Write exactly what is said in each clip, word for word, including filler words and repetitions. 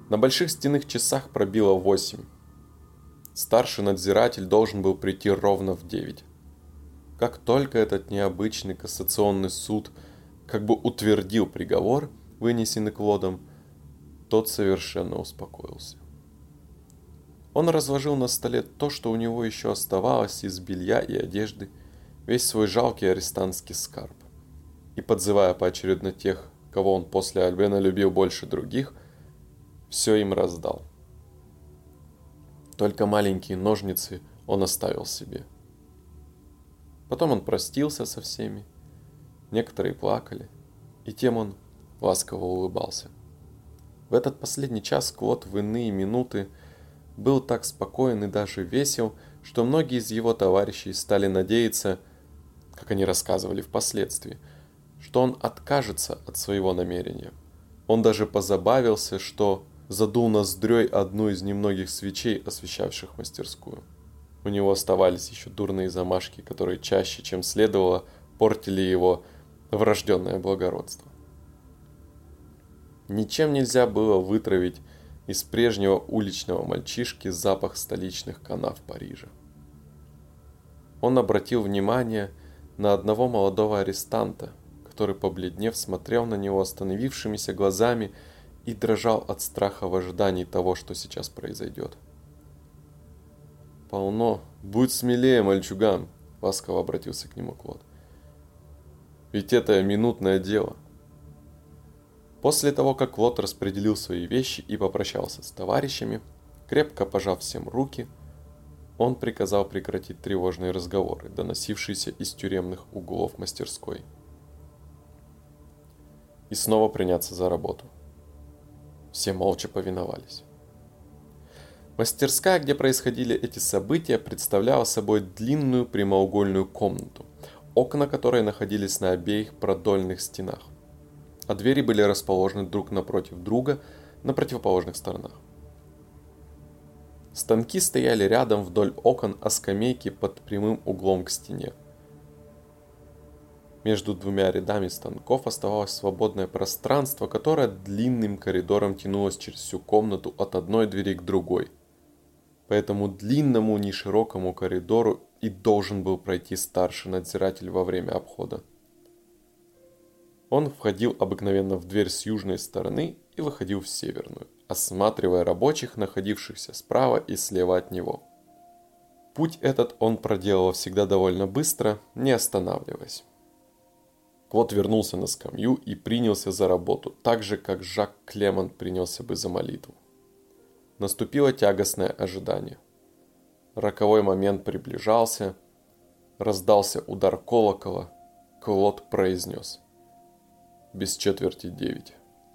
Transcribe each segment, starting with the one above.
На больших стенных часах пробило восемь. Старший надзиратель должен был прийти ровно в девять. Как только этот необычный кассационный суд как бы утвердил приговор, вынесенный Клодом, тот совершенно успокоился. Он разложил на столе то, что у него еще оставалось из белья и одежды, весь свой жалкий арестантский скарб, и, подзывая поочередно тех, кого он после Альбена любил больше других, все им раздал. Только маленькие ножницы он оставил себе. Потом он простился со всеми, некоторые плакали, и тем он ласково улыбался. В этот последний час Клод в иные минуты был так спокоен и даже весел, что многие из его товарищей стали надеяться, как они рассказывали впоследствии, что он откажется от своего намерения. Он даже позабавился, что задул ноздрёй одну из немногих свечей, освещавших мастерскую. У него оставались еще дурные замашки, которые чаще, чем следовало, портили его врожденное благородство. Ничем нельзя было вытравить из прежнего уличного мальчишки запах столичных канав Парижа. Он обратил внимание на одного молодого арестанта, который, побледнев, смотрел на него остановившимися глазами и дрожал от страха в ожидании того, что сейчас произойдет. «Полно, будь смелее, мальчуган», — ласково обратился к нему Клод. «Ведь это минутное дело». После того, как Клод распределил свои вещи и попрощался с товарищами, крепко пожав всем руки, он приказал прекратить тревожные разговоры, доносившиеся из тюремных углов мастерской, и снова приняться за работу. Все молча повиновались. Мастерская, где происходили эти события, представляла собой длинную прямоугольную комнату, окна которой находились на обеих продольных стенах, а двери были расположены друг напротив друга на противоположных сторонах. Станки стояли рядом вдоль окон, а скамейки под прямым углом к стене. Между двумя рядами станков оставалось свободное пространство, которое длинным коридором тянулось через всю комнату от одной двери к другой. По этому длинному, неширокому коридору и должен был пройти старший надзиратель во время обхода. Он входил обыкновенно в дверь с южной стороны и выходил в северную, осматривая рабочих, находившихся справа и слева от него. Путь этот он проделал всегда довольно быстро, не останавливаясь. Клод вернулся на скамью и принялся за работу, так же, как Жак Клемент принялся бы за молитву. Наступило тягостное ожидание. Роковой момент приближался, раздался удар колокола, Клод произнес: «Без четверти девять».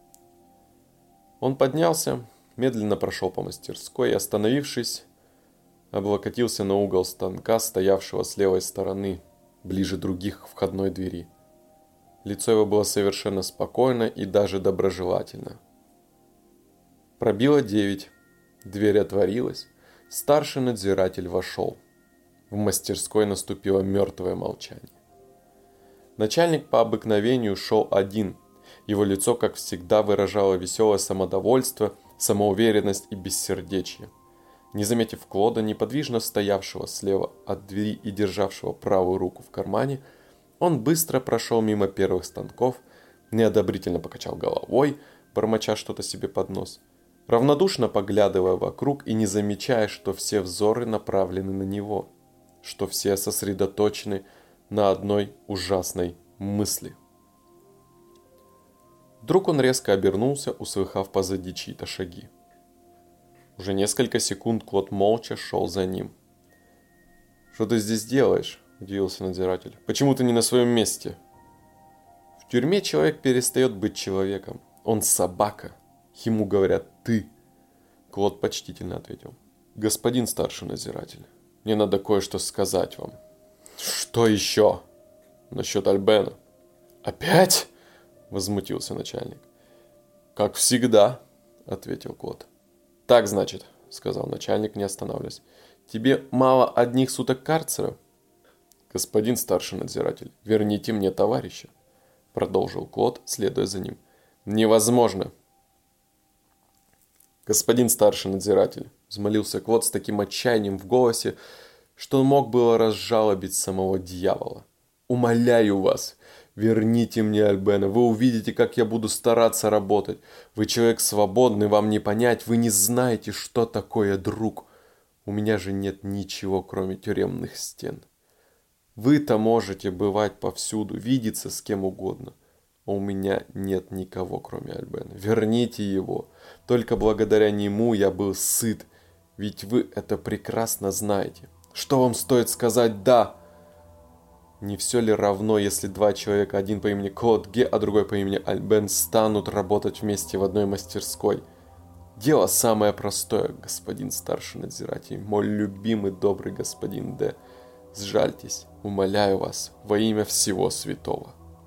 Он поднялся, медленно прошел по мастерской и, остановившись, облокотился на угол станка, стоявшего с левой стороны, ближе других к входной двери. Лицо его было совершенно спокойно и даже доброжелательно. Пробило девять, дверь отворилась, старший надзиратель вошел. В мастерской наступило мертвое молчание. Начальник по обыкновению шел один. Его лицо, как всегда, выражало веселое самодовольство, самоуверенность и бессердечие. Не заметив Клода, неподвижно стоявшего слева от двери и державшего правую руку в кармане, он быстро прошел мимо первых станков, неодобрительно покачал головой, бормоча что-то себе под нос, равнодушно поглядывая вокруг и не замечая, что все взоры направлены на него, что все сосредоточены на одной ужасной мысли. Вдруг он резко обернулся, услыхав позади чьи-то шаги. Уже несколько секунд Клод молча шел за ним. «Что ты здесь делаешь?» – удивился надзиратель. «Почему ты не на своем месте?» «В тюрьме человек перестает быть человеком. Он собака. Ему говорят «ты». Клод почтительно ответил: «Господин старший надзиратель, мне надо кое-что сказать вам». «Что еще?» «Насчет Альбена». «Опять?» – возмутился начальник. «Как всегда», – ответил Клод. «Так, значит», – сказал начальник, не останавливаясь. «Тебе мало одних суток карцера?» «Господин старший надзиратель, верните мне товарища», – продолжил Клод, следуя за ним. «Невозможно». «Господин старший надзиратель», — взмолился Клод с таким отчаянием в голосе, что мог было разжалобить самого дьявола. «Умоляю вас, верните мне Альбена, вы увидите, как я буду стараться работать. Вы человек свободный, вам не понять, вы не знаете, что такое друг. У меня же нет ничего, кроме тюремных стен. Вы-то можете бывать повсюду, видеться с кем угодно. А у меня нет никого, кроме Альбена. Верните его. Только благодаря нему я был сыт. Ведь вы это прекрасно знаете. Что вам стоит сказать «да»? Не все ли равно, если два человека, один по имени Клод Ге, а другой по имени Альбен, станут работать вместе в одной мастерской? Дело самое простое, господин старший надзиратель, мой любимый добрый господин Д. Сжальтесь, умоляю вас, во имя всего святого.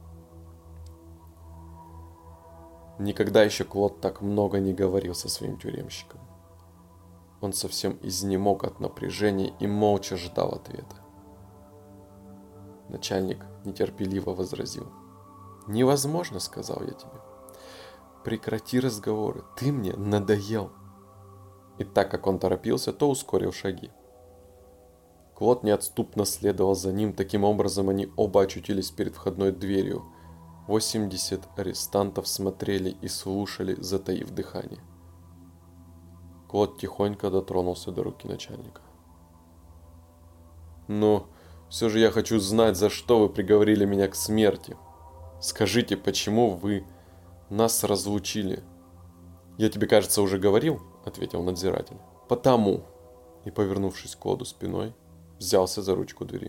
Никогда еще Клод так много не говорил со своим тюремщиком. Он совсем изнемог от напряжения и молча ждал ответа. Начальник нетерпеливо возразил. «Невозможно, — сказал я тебе. Прекрати разговоры, ты мне надоел». И так как он торопился, то ускорил шаги. Клод неотступно следовал за ним, таким образом они оба очутились перед входной дверью. восемьдесят арестантов смотрели и слушали, затаив дыхание. Клод тихонько дотронулся до руки начальника. «Ну, все же я хочу знать, за что вы приговорили меня к смерти. Скажите, почему вы нас разлучили?» «Я тебе, кажется, уже говорил», — ответил надзиратель. «Потому», и, повернувшись к Клоду спиной, взялся за ручку двери.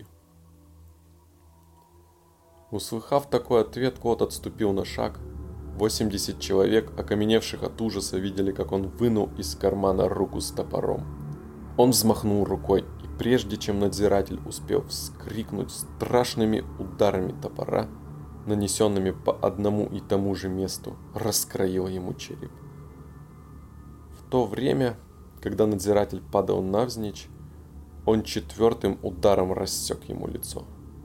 Услыхав такой ответ, Клод отступил на шаг. восемьдесят человек, окаменевших от ужаса, видели, как он вынул из кармана руку с топором. Он взмахнул рукой, и прежде чем надзиратель успел вскрикнуть, страшными ударами топора, нанесенными по одному и тому же месту, раскроил ему череп. В то время, когда надзиратель падал навзничь, он четвертым ударом рассек ему лицо.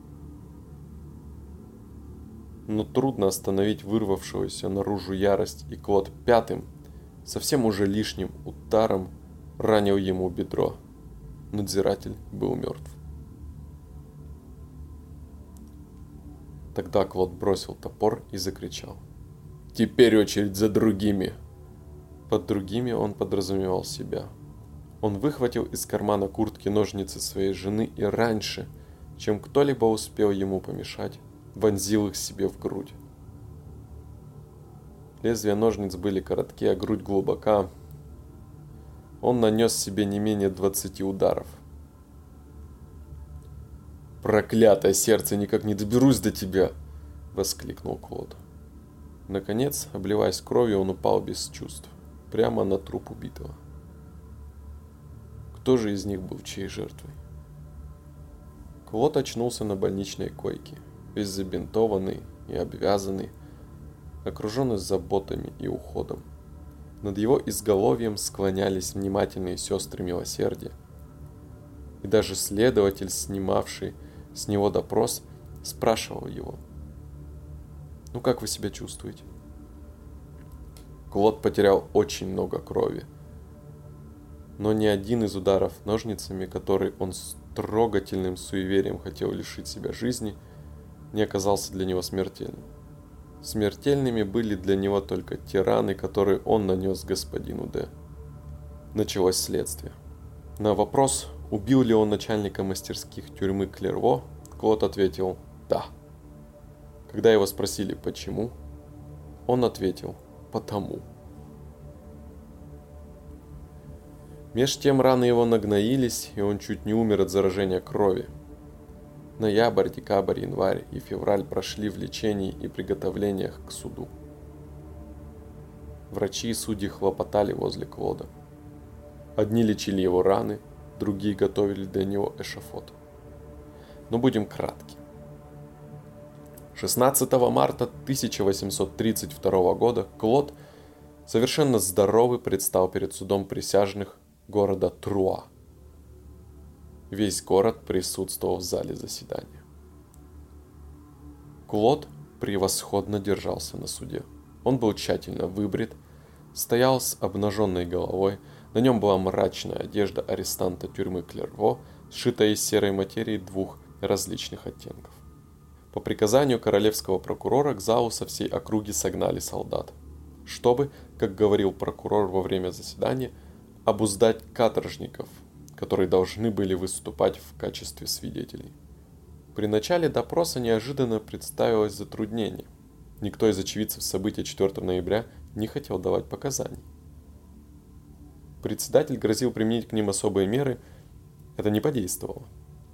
Но трудно остановить вырвавшуюся наружу ярость, и Клод пятым, совсем уже лишним ударом ранил ему бедро. Надзиратель был мертв. Тогда Клод бросил топор и закричал: «Теперь очередь за другими!» Под другими он подразумевал себя. Он выхватил из кармана куртки ножницы своей жены и раньше, чем кто-либо успел ему помешать, вонзил их себе в грудь. Лезвия ножниц были коротки, а грудь глубока. Он нанес себе не менее двадцати ударов. «Проклятое сердце, никак не доберусь до тебя!» — воскликнул Клод. Наконец, обливаясь кровью, он упал без чувств, прямо на труп убитого. Кто же из них был чьей жертвой? Клод очнулся на больничной койке, весь забинтованный и обвязанный, окруженный заботами и уходом. Над его изголовьем склонялись внимательные сестры милосердия. И даже следователь, снимавший с него допрос, спрашивал его: «Ну как вы себя чувствуете?» Клод потерял очень много крови, но ни один из ударов ножницами, который он с трогательным суеверием хотел лишить себя жизни, не оказался для него смертельным. Смертельными были для него только те раны, которые он нанес господину Д. Началось следствие. На вопрос, убил ли он начальника мастерских тюрьмы Клерво, Клод ответил «да». Когда его спросили «почему?», он ответил «потому». Меж тем раны его нагноились, и он чуть не умер от заражения крови. Ноябрь, декабрь, январь и февраль прошли в лечении и приготовлениях к суду. Врачи и судьи хлопотали возле Клода. Одни лечили его раны, другие готовили для него эшафот. Но будем кратки. шестнадцатого марта тысяча восемьсот тридцать второго года Клод, совершенно здоровый, предстал перед судом присяжных города Труа. Весь город присутствовал в зале заседания. Клод превосходно держался на суде. Он был тщательно выбрит, стоял с обнаженной головой, на нем была мрачная одежда арестанта тюрьмы Клерво, сшитая из серой материи двух различных оттенков. По приказанию королевского прокурора к залу со всей округи согнали солдат, чтобы, как говорил прокурор во время заседания, обуздать каторжников, которые должны были выступать в качестве свидетелей. При начале допроса неожиданно представилось затруднение. Никто из очевидцев события четвёртого ноября не хотел давать показаний. Председатель грозил применить к ним особые меры, это не подействовало.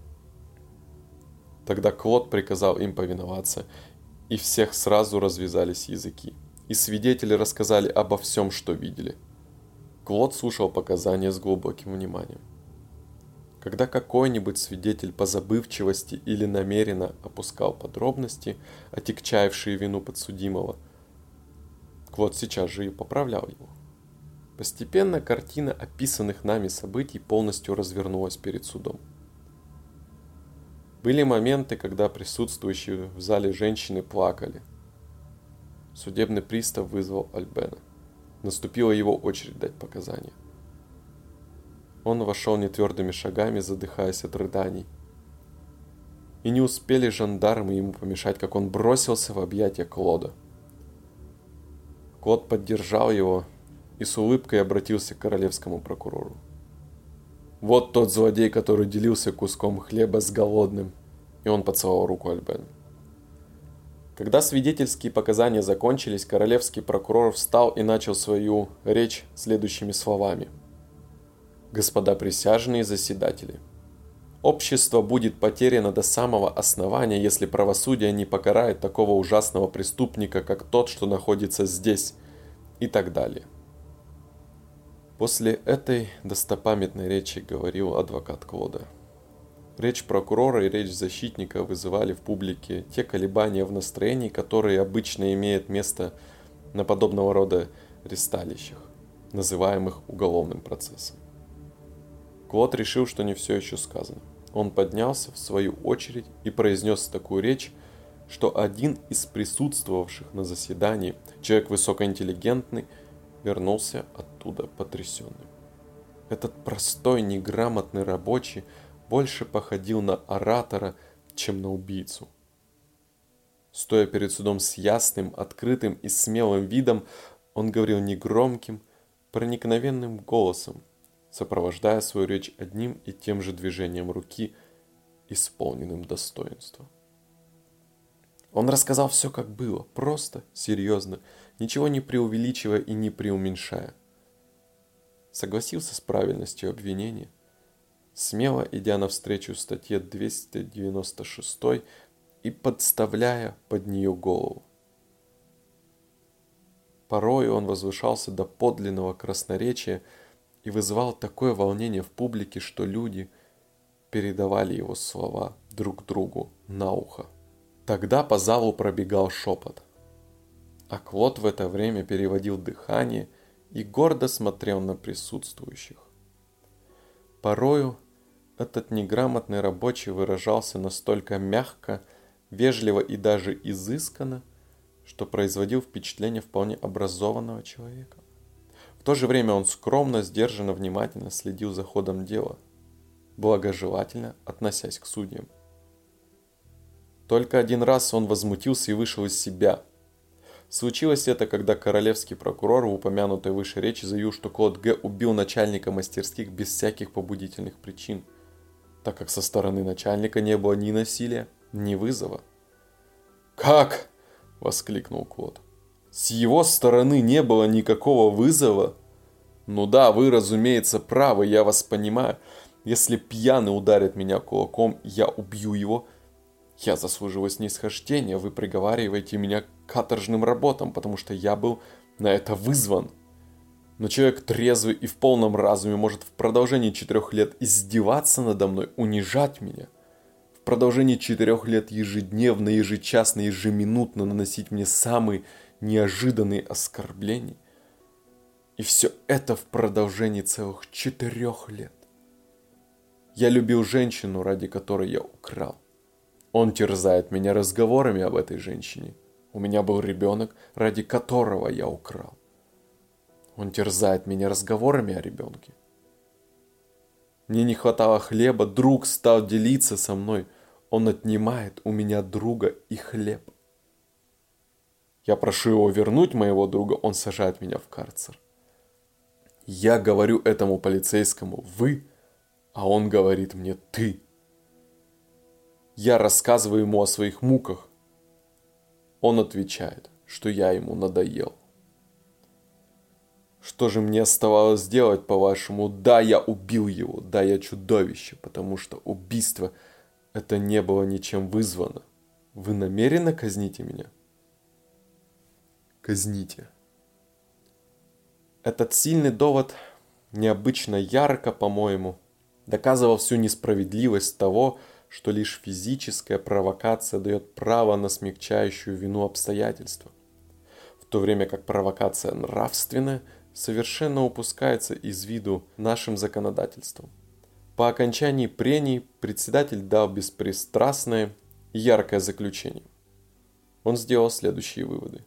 Тогда Клод приказал им повиноваться, и всех сразу развязались языки, и свидетели рассказали обо всем, что видели. Клод слушал показания с глубоким вниманием. Когда какой-нибудь свидетель по забывчивости или намеренно опускал подробности, отягчавшие вину подсудимого, Клод сейчас же и поправлял его. Постепенно картина описанных нами событий полностью развернулась перед судом. Были моменты, когда присутствующие в зале женщины плакали. Судебный пристав вызвал Альбена. Наступила его очередь дать показания. Он вошел нетвердыми шагами, задыхаясь от рыданий. И не успели жандармы ему помешать, как он бросился в объятия Клода. Клод поддержал его и с улыбкой обратился к королевскому прокурору. «Вот тот злодей, который делился куском хлеба с голодным», и он поцеловал руку Альбена. Когда свидетельские показания закончились, королевский прокурор встал и начал свою речь следующими словами. «Господа присяжные заседатели, общество будет потеряно до самого основания, если правосудие не покарает такого ужасного преступника, как тот, что находится здесь», и так далее. После этой достопамятной речи говорил адвокат Клода. Речь прокурора и речь защитника вызывали в публике те колебания в настроении, которые обычно имеют место на подобного рода ресталищах, называемых уголовным процессом. Клод решил, что не все еще сказано. Он поднялся в свою очередь и произнес такую речь, что один из присутствовавших на заседании, человек высокоинтеллигентный, вернулся оттуда потрясенным. Этот простой, неграмотный рабочий больше походил на оратора, чем на убийцу. Стоя перед судом с ясным, открытым и смелым видом, он говорил негромким, проникновенным голосом, сопровождая свою речь одним и тем же движением руки, исполненным достоинства. Он рассказал все, как было, просто, серьезно, ничего не преувеличивая и не преуменьшая. Согласился с правильностью обвинения, смело идя навстречу статье двести девяносто шесть и подставляя под нее голову. Порой он возвышался до подлинного красноречия и вызывал такое волнение в публике, что люди передавали его слова друг другу на ухо. Тогда по залу пробегал шепот, а Клод в это время переводил дыхание и гордо смотрел на присутствующих. Порою этот неграмотный рабочий выражался настолько мягко, вежливо и даже изысканно, что производил впечатление вполне образованного человека. В то же время он скромно, сдержанно, внимательно следил за ходом дела, благожелательно относясь к судьям. Только один раз он возмутился и вышел из себя. Случилось это, когда королевский прокурор в упомянутой выше речи заявил, что Клод Г. убил начальника мастерских без всяких побудительных причин, так как со стороны начальника не было ни насилия, ни вызова. «Как?» – воскликнул Клод. «С его стороны не было никакого вызова?» «Ну да, вы, разумеется, правы, я вас понимаю. Если пьяный ударит меня кулаком, я убью его. Я заслуживаю снисхождения, вы приговариваете меня к каторжным работам, потому что я был на это вызван. Но человек трезвый и в полном разуме может в продолжении четырех лет издеваться надо мной, унижать меня. В продолжении четырех лет ежедневно, ежечасно, ежеминутно наносить мне самые неожиданные оскорбления. И все это в продолжении целых четырех лет. Я любил женщину, ради которой я украл. Он терзает меня разговорами об этой женщине. У меня был ребенок, ради которого я украл. Он терзает меня разговорами о ребенке. Мне не хватало хлеба, друг стал делиться со мной. Он отнимает у меня друга и хлеб. Я прошу его вернуть моего друга, он сажает меня в карцер. Я говорю этому полицейскому «вы», а он говорит мне «ты». Я рассказываю ему о своих муках. Он отвечает, что я ему надоел. Что же мне оставалось сделать, по-вашему? Да, я убил его, да, я чудовище, потому что убийство это не было ничем вызвано. Вы намеренно казните меня? Казните. Этот сильный довод, необычно ярко, по-моему, доказывал всю несправедливость того, что лишь физическая провокация дает право на смягчающую вину обстоятельства, в то время как провокация нравственная совершенно упускается из виду нашим законодательством. По окончании прений председатель дал беспристрастное и яркое заключение. Он сделал следующие выводы.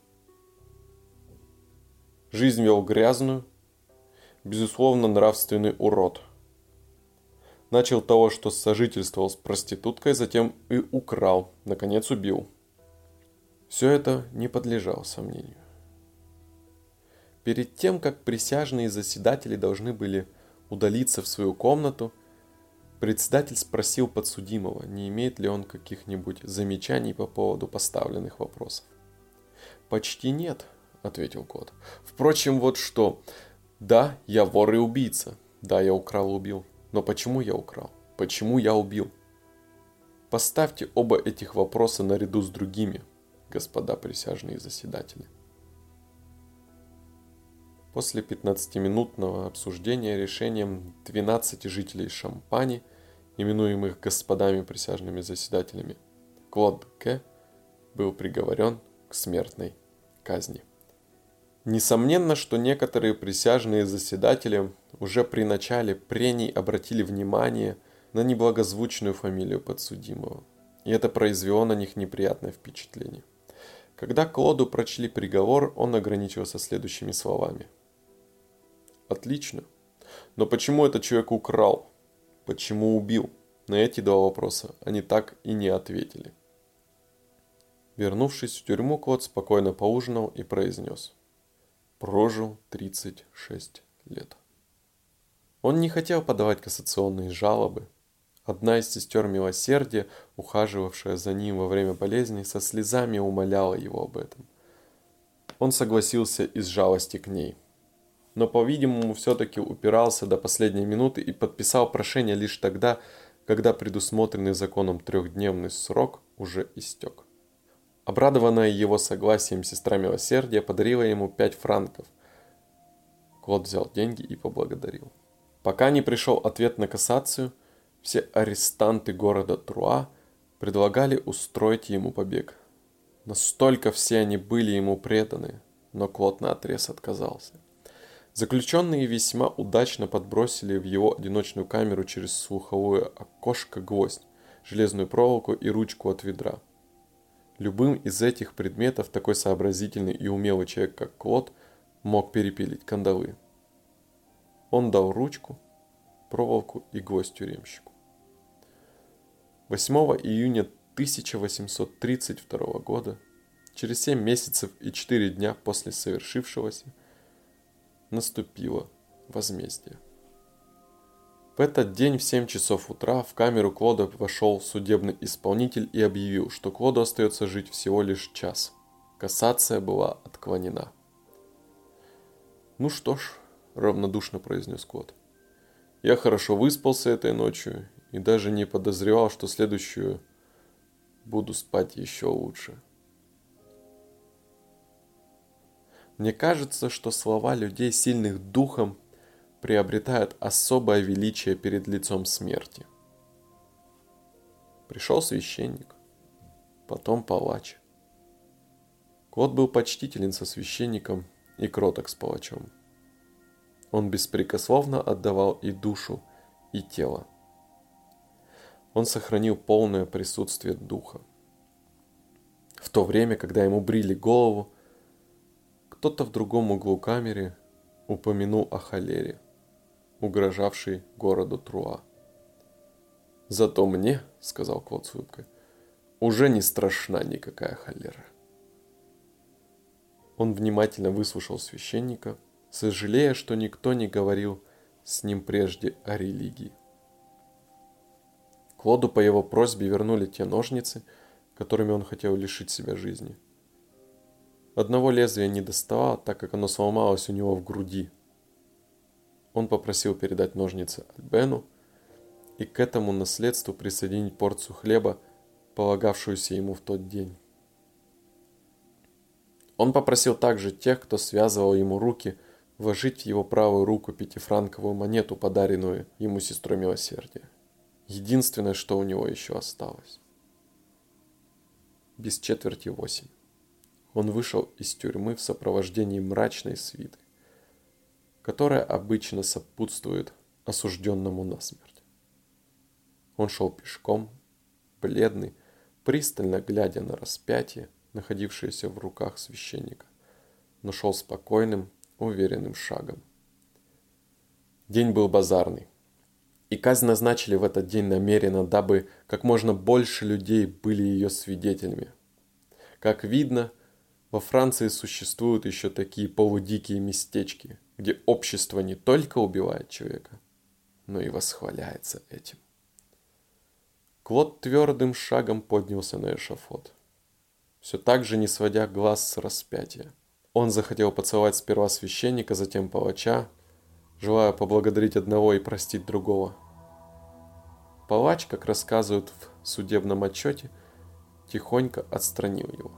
Жизнь вел грязную, безусловно нравственный урод. Начал того, что сожительствовал с проституткой, затем и украл, наконец убил. Все это не подлежало сомнению. Перед тем, как присяжные заседатели должны были удалиться в свою комнату, председатель спросил подсудимого, не имеет ли он каких-нибудь замечаний по поводу поставленных вопросов. «Почти нет», — ответил Клод. «Впрочем, вот что. Да, я вор и убийца. Да, я украл и убил. Но почему я украл? Почему я убил? Поставьте оба этих вопроса наряду с другими, господа присяжные заседатели». После пятнадцатиминутного обсуждения решением двенадцати жителей Шампани, именуемых господами присяжными заседателями, Клод К. был приговорен к смертной казни. Несомненно, что некоторые присяжные заседатели уже при начале прений обратили внимание на неблагозвучную фамилию подсудимого, и это произвело на них неприятное впечатление. Когда Клоду прочли приговор, он ограничился следующими словами. Отлично. Но почему этот человек украл? Почему убил? На эти два вопроса они так и не ответили. Вернувшись в тюрьму, Клод спокойно поужинал и произнес. Прожил тридцать шесть лет. Он не хотел подавать кассационные жалобы. Одна из сестер милосердия, ухаживавшая за ним во время болезни, со слезами умоляла его об этом. Он согласился из жалости к ней. Но, по-видимому, все-таки упирался до последней минуты и подписал прошение лишь тогда, когда предусмотренный законом трехдневный срок уже истек. Обрадованная его согласием сестра милосердия подарила ему пять франков. Клод взял деньги и поблагодарил. Пока не пришел ответ на кассацию, все арестанты города Труа предлагали устроить ему побег. Настолько все они были ему преданы, но Клод наотрез отказался. Заключенные весьма удачно подбросили в его одиночную камеру через слуховое окошко гвоздь, железную проволоку и ручку от ведра. Любым из этих предметов такой сообразительный и умелый человек, как Клод, мог перепилить кандалы. Он дал ручку, проволоку и гвоздь тюремщику. восьмого июня тысяча восемьсот тридцать второго года, через семь месяцев и четыре дня после совершившегося, наступило возмездие. В этот день в семь часов утра в камеру Клода вошел судебный исполнитель и объявил, что Клоду остается жить всего лишь час. Кассация была отклонена. «Ну что ж», — равнодушно произнес Клод, — «я хорошо выспался этой ночью и даже не подозревал, что следующую буду спать еще лучше». Мне кажется, что слова людей, сильных духом, приобретают особое величие перед лицом смерти. Пришел священник, потом палач. Клод был почтителен со священником и кроток с палачом. Он беспрекословно отдавал и душу, и тело. Он сохранил полное присутствие духа. В то время, когда ему брили голову, кто-то в другом углу камеры упомянул о холере, угрожавшей городу Труа. «Зато мне, — сказал Клод с улыбкой, — уже не страшна никакая холера». Он внимательно выслушал священника, сожалея, что никто не говорил с ним прежде о религии. Клоду по его просьбе вернули те ножницы, которыми он хотел лишить себя жизни. Одного лезвия не доставало, так как оно сломалось у него в груди. Он попросил передать ножницы Альбену и к этому наследству присоединить порцию хлеба, полагавшуюся ему в тот день. Он попросил также тех, кто связывал ему руки, вложить в его правую руку пятифранковую монету, подаренную ему сестрой милосердия. Единственное, что у него еще осталось. Без четверти восемь. Он вышел из тюрьмы в сопровождении мрачной свиты, которая обычно сопутствует осужденному на смерть. Он шел пешком, бледный, пристально глядя на распятие, находившееся в руках священника, но шел спокойным, уверенным шагом. День был базарный, и казнь назначили в этот день намеренно, дабы как можно больше людей были ее свидетелями. Как видно, во Франции существуют еще такие полудикие местечки, где общество не только убивает человека, но и восхваляется этим. Клод твердым шагом поднялся на эшафот, все так же не сводя глаз с распятия. Он захотел поцеловать сперва священника, затем палача, желая поблагодарить одного и простить другого. Палач, как рассказывают в судебном отчете, тихонько отстранил его.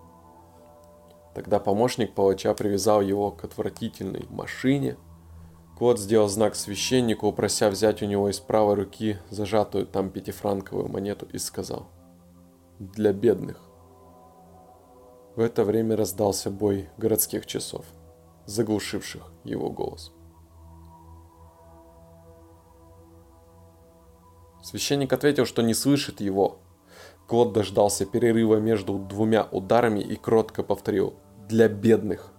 Тогда помощник палача привязал его к отвратительной машине. Клод сделал знак священнику, прося взять у него из правой руки зажатую там пятифранковую монету, и сказал: «Для бедных». В это время раздался бой городских часов, заглушивших его голос. Священник ответил, что не слышит его. Клод дождался перерыва между двумя ударами и кротко повторил: «Для бедных».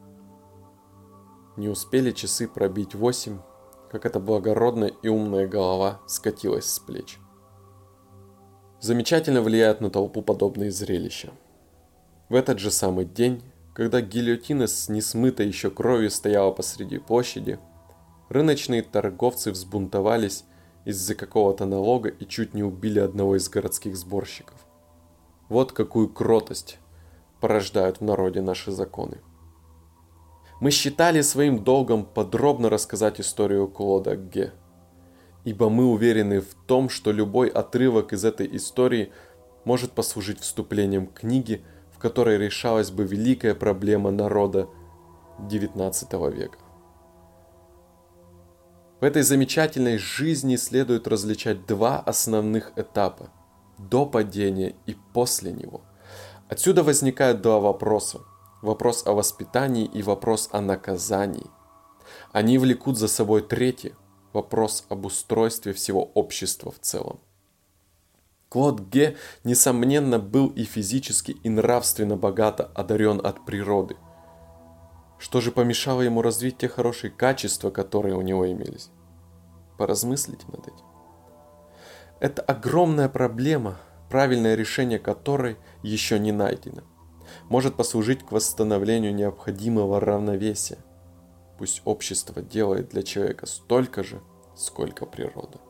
Не успели часы пробить восемь, как эта благородная и умная голова скатилась с плеч. Замечательно влияют на толпу подобные зрелища. В этот же самый день, когда гильотина с несмытой еще кровью стояла посреди площади, рыночные торговцы взбунтовались из-за какого-то налога и чуть не убили одного из городских сборщиков. Вот какую кротость порождают в народе наши законы. Мы считали своим долгом подробно рассказать историю Клода Г, ибо мы уверены в том, что любой отрывок из этой истории может послужить вступлением к книге, в которой решалась бы великая проблема народа девятнадцатого века. В этой замечательной жизни следует различать два основных этапа – до падения и после него. Отсюда возникают два вопроса – вопрос о воспитании и вопрос о наказании. Они влекут за собой третий – вопрос об устройстве всего общества в целом. Клод Г, несомненно, был и физически, и нравственно богато одарен от природы. Что же помешало ему развить те хорошие качества, которые у него имелись? Поразмыслите над этим. Это огромная проблема, правильное решение которой еще не найдено. Может послужить к восстановлению необходимого равновесия. Пусть общество делает для человека столько же, сколько природа.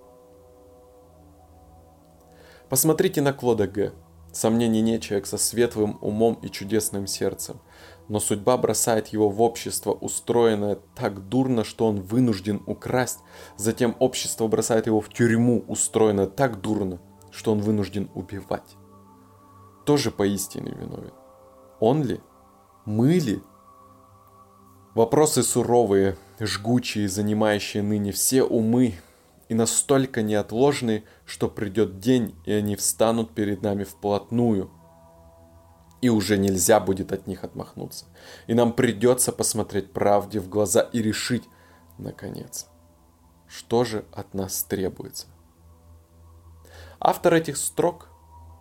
Посмотрите на Клода Г. Сомнений нет, человек со светлым умом и чудесным сердцем. Но судьба бросает его в общество, устроенное так дурно, что он вынужден украсть. Затем общество бросает его в тюрьму, устроенное так дурно, что он вынужден убивать. Кто же поистине виновен? Он ли? Мы ли? Вопросы суровые, жгучие, занимающие ныне все умы, и настолько неотложные, что придет день, и они встанут перед нами вплотную, и уже нельзя будет от них отмахнуться. И нам придется посмотреть правде в глаза и решить, наконец, что же от нас требуется. Автор этих строк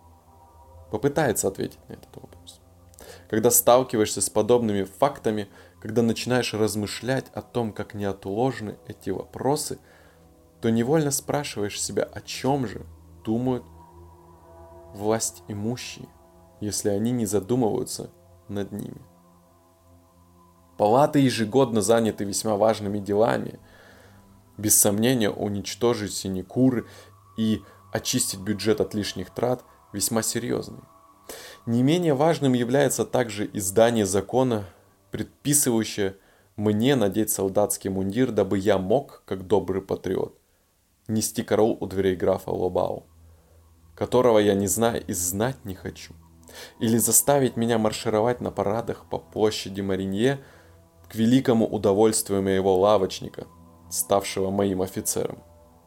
попытается ответить на этот вопрос. Когда сталкиваешься с подобными фактами, когда начинаешь размышлять о том, как неотложны эти вопросы, то невольно спрашиваешь себя, о чем же думают власть имущие, если они не задумываются над ними. Палаты ежегодно заняты весьма важными делами. Без сомнения, уничтожить синекуры и очистить бюджет от лишних трат весьма серьезный. Не менее важным является также издание закона, предписывающее мне надеть солдатский мундир, дабы я мог, как добрый патриот, нести караул у дверей графа Лобау, которого я не знаю и знать не хочу, или заставить меня маршировать на парадах по площади Маринье к великому удовольствию моего лавочника, ставшего моим офицером.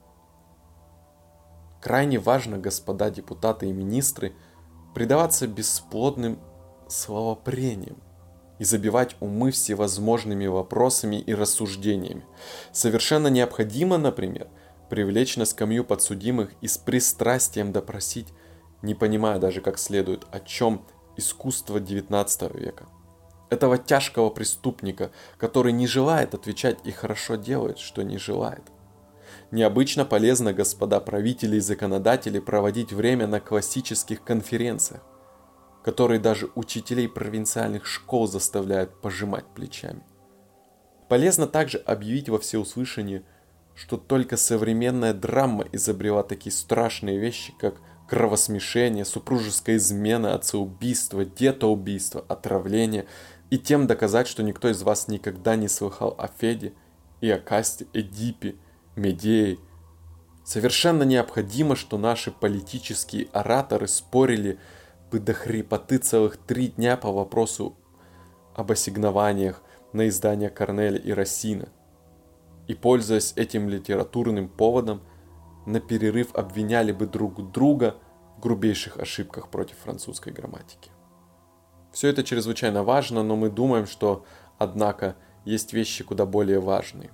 Крайне важно, господа депутаты и министры, предаваться бесплодным словопрениям и забивать умы всевозможными вопросами и рассуждениями. Совершенно необходимо, например, привлечь на скамью подсудимых и с пристрастием допросить, не понимая даже как следует, о чем искусство девятнадцатого века. Этого тяжкого преступника, который не желает отвечать и хорошо делает, что не желает. Необычно полезно, господа правители и законодатели, проводить время на классических конференциях, которые даже учителей провинциальных школ заставляют пожимать плечами. Полезно также объявить во всеуслышание, что только современная драма изобрела такие страшные вещи, как кровосмешение, супружеская измена, отцеубийство, детоубийство, отравление, и тем доказать, что никто из вас никогда не слыхал о Феде, Иокасте, Эдипе, Медее. Совершенно необходимо, что наши политические ораторы спорили бы до хрипоты целых три дня по вопросу об ассигнованиях на издания Корнеля и Рассина, и, пользуясь этим литературным поводом, на перерыв обвиняли бы друг друга в грубейших ошибках против французской грамматики. Все это чрезвычайно важно, но мы думаем, что, однако, есть вещи куда более важные.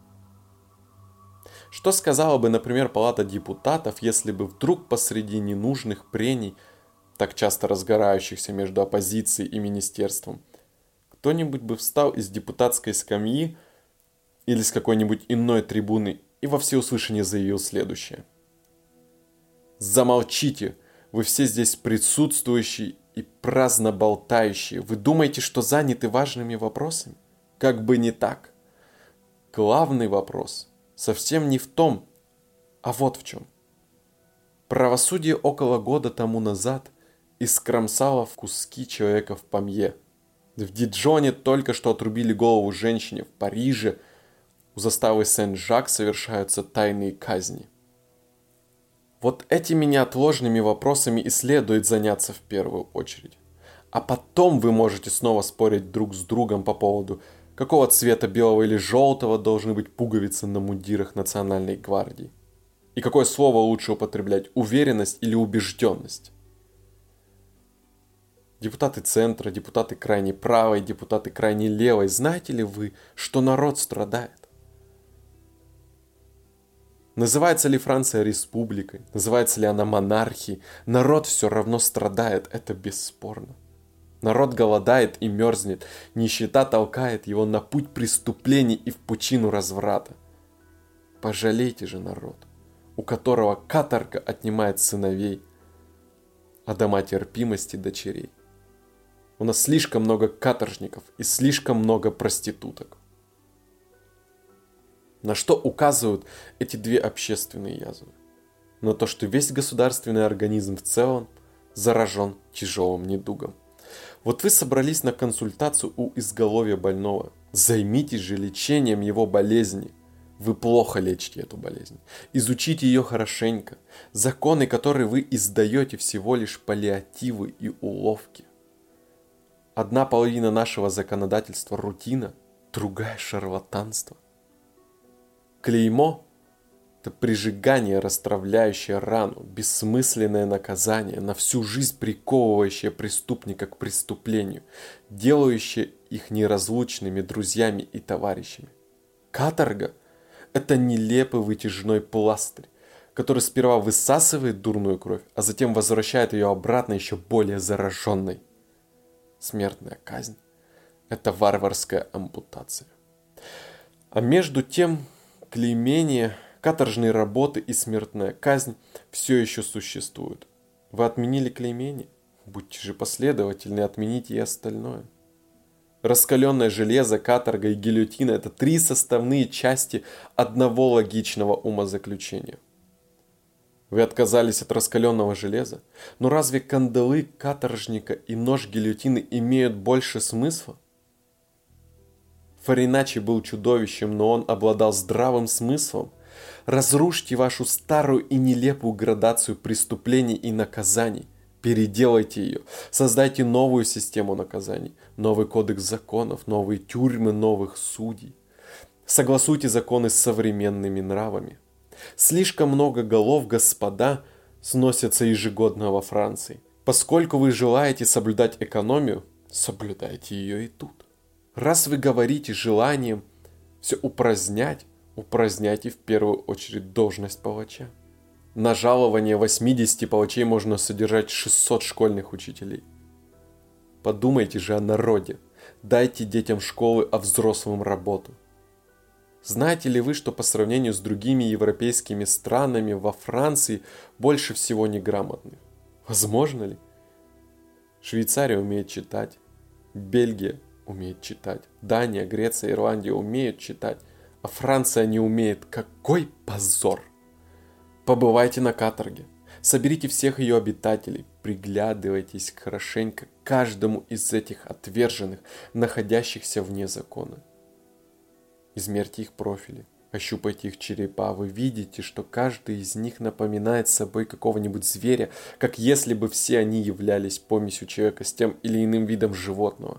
Что сказала бы, например, Палата депутатов, если бы вдруг посреди ненужных прений, так часто разгорающихся между оппозицией и министерством, кто-нибудь бы встал из депутатской скамьи или с какой-нибудь иной трибуны и во всеуслышание заявил следующее: «Замолчите, вы все здесь присутствующие и праздно болтающие. Вы думаете, что заняты важными вопросами? Как бы не так. Главный вопрос совсем не в том, а вот в чем. Правосудие около года тому назад искромсало в куски человека в Памье. В Диджоне только что отрубили голову женщине. В Париже у заставы Сен-Жак совершаются тайные казни. Вот этими неотложными вопросами и следует заняться в первую очередь. А потом вы можете снова спорить друг с другом по поводу, какого цвета, белого или желтого, должны быть пуговицы на мундирах Национальной гвардии. И какое слово лучше употреблять, уверенность или убежденность. Депутаты центра, депутаты крайней правой, депутаты крайней левой, знаете ли вы, что народ страдает? Называется ли Франция республикой, называется ли она монархией, народ все равно страдает, это бесспорно. Народ голодает и мерзнет, нищета толкает его на путь преступлений и в пучину разврата. Пожалейте же народ, у которого каторга отнимает сыновей, а дома терпимости дочерей. У нас слишком много каторжников и слишком много проституток. На что указывают эти две общественные язвы? На то, что весь государственный организм в целом заражен тяжелым недугом. Вот вы собрались на консультацию у изголовья больного. Займитесь же лечением его болезни. Вы плохо лечите эту болезнь. Изучите ее хорошенько. Законы, которые вы издаете, всего лишь паллиативы и уловки. Одна половина нашего законодательства – рутина, другая – шарлатанство. Клеймо – это прижигание, расстравляющее рану, бессмысленное наказание, на всю жизнь приковывающее преступника к преступлению, делающее их неразлучными друзьями и товарищами. Каторга – это нелепый вытяжной пластырь, который сперва высасывает дурную кровь, а затем возвращает ее обратно еще более зараженной. Смертная казнь Это варварская ампутация. А между тем, клеймение, каторжные работы и смертная казнь все еще существуют. Вы отменили клеймение? Будьте же последовательны, отмените и остальное. Раскаленное железо, каторга и гильотина – это три составные части одного логичного умозаключения. Вы отказались от раскаленного железа, но разве кандалы каторжника и нож гильотины имеют больше смысла? Фариначи был чудовищем, но он обладал здравым смыслом. Разрушьте вашу старую и нелепую градацию преступлений и наказаний. Переделайте ее, создайте новую систему наказаний, новый кодекс законов, новые тюрьмы, новых судей. Согласуйте законы с современными нравами. Слишком много голов, господа, сносятся ежегодно во Франции. Поскольку вы желаете соблюдать экономию, соблюдайте ее и тут. Раз вы говорите желанием все упразднять, упраздняйте в первую очередь должность палача. На жалование восьмидесяти палачей можно содержать шестьсот школьных учителей. Подумайте же о народе. Дайте детям школы, а взрослым работу. Знаете ли вы, что по сравнению с другими европейскими странами во Франции больше всего неграмотных? Возможно ли? Швейцария умеет читать. Бельгия умеет читать. Дания, Греция, Ирландия умеют читать. А Франция не умеет. Какой позор! Побывайте на каторге, соберите всех ее обитателей, приглядывайтесь хорошенько к каждому из этих отверженных, находящихся вне закона. Измерьте их профили, ощупайте их черепа, вы видите, что каждый из них напоминает собой какого-нибудь зверя, как если бы все они являлись помесью человека с тем или иным видом животного.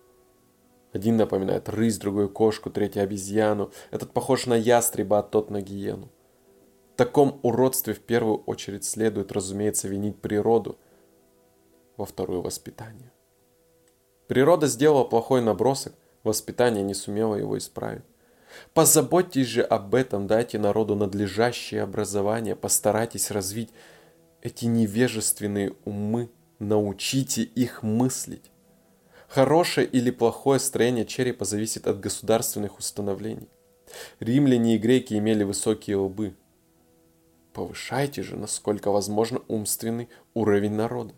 Один напоминает рысь, другой кошку, третий обезьяну, этот похож на ястреба, а тот на гиену. В таком уродстве в первую очередь следует, разумеется, винить природу, во вторую – воспитание. Природа сделала плохой набросок, воспитание не сумело его исправить. Позаботьтесь же об этом, дайте народу надлежащее образование, постарайтесь развить эти невежественные умы, научите их мыслить. Хорошее или плохое строение черепа зависит от государственных установлений. Римляне и греки имели высокие лбы. Повышайте же, насколько возможно, умственный уровень народа.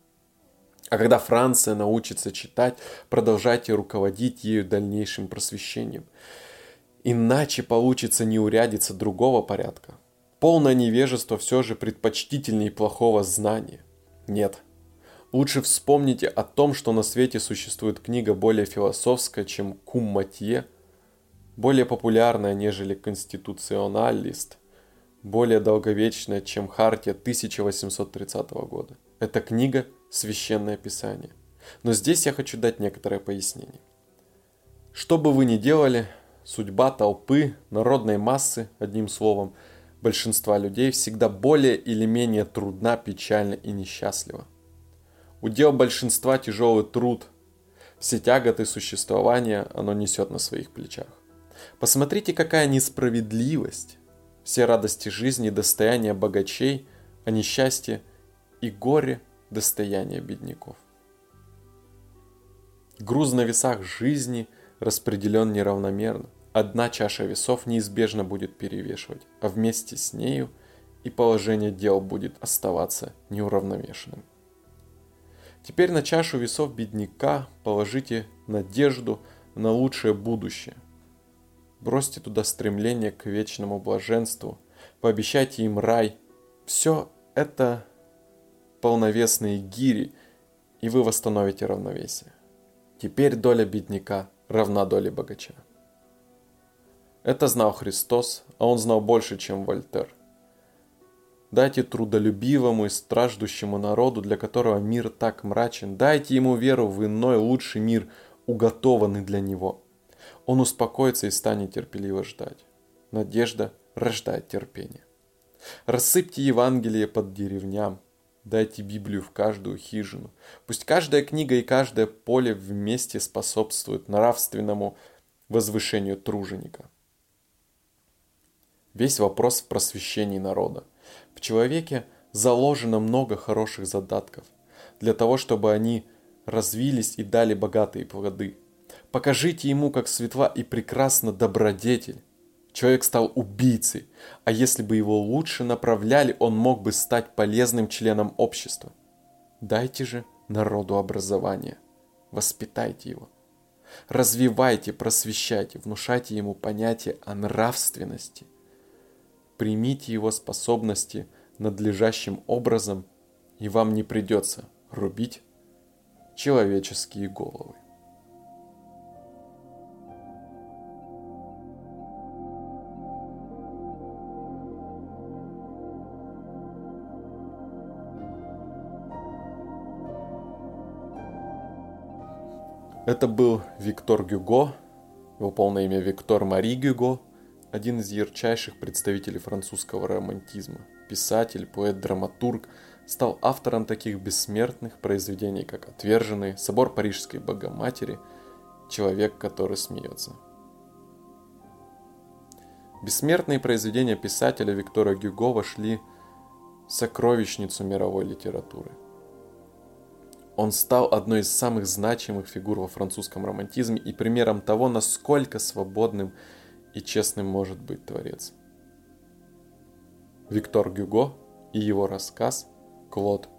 А когда Франция научится читать, продолжайте руководить ею дальнейшим просвещением. Иначе получится неурядица другого порядка. Полное невежество все же предпочтительнее плохого знания. Нет. Лучше вспомните о том, что на свете существует книга более философская, чем «Кум Матье», более популярная, нежели «Конституционалист», более долговечная, чем Хартия тысяча восемьсот тридцатого года. Эта книга – Священное Писание. Но здесь я хочу дать некоторое пояснение. Что бы вы ни делали, судьба толпы, народной массы, одним словом, большинства людей всегда более или менее трудна, печальна и несчастлива. Удел большинства тяжелый труд, все тяготы существования оно несет на своих плечах. Посмотрите, какая несправедливость. Все радости жизни – достояние богачей, а несчастье и горе – достояние бедняков. Груз на весах жизни распределен неравномерно. Одна чаша весов неизбежно будет перевешивать, а вместе с нею и положение дел будет оставаться неуравновешенным. Теперь на чашу весов бедняка положите надежду на лучшее будущее. Бросьте туда стремление к вечному блаженству, пообещайте им рай. Все это полновесные гири, и вы восстановите равновесие. Теперь доля бедняка равна доле богача. Это знал Христос, а он знал больше, чем Вольтер. Дайте трудолюбивому и страждущему народу, для которого мир так мрачен, дайте ему веру в иной лучший мир, уготованный для него. Он успокоится и станет терпеливо ждать. Надежда рождает терпение. Рассыпьте Евангелие под деревням. Дайте Библию в каждую хижину. Пусть каждая книга и каждое поле вместе способствуют нравственному возвышению труженика. Весь вопрос в просвещении народа. В человеке заложено много хороших задатков для того, чтобы они развились и дали богатые плоды. Покажите ему, как светла и прекрасна добродетель. Человек стал убийцей, а если бы его лучше направляли, он мог бы стать полезным членом общества. Дайте же народу образование, воспитайте его. Развивайте, просвещайте, внушайте ему понятие о нравственности. Примите его способности надлежащим образом, и вам не придется рубить человеческие головы. Это был Виктор Гюго, его полное имя Виктор Мари Гюго, один из ярчайших представителей французского романтизма. Писатель, поэт, драматург, стал автором таких бессмертных произведений, как «Отверженные», «Собор Парижской Богоматери», «Человек, который смеется». Бессмертные произведения писателя Виктора Гюго вошли в сокровищницу мировой литературы. Он стал одной из самых значимых фигур во французском романтизме и примером того, насколько свободным и честным может быть творец. Виктор Гюго и его рассказ «Клод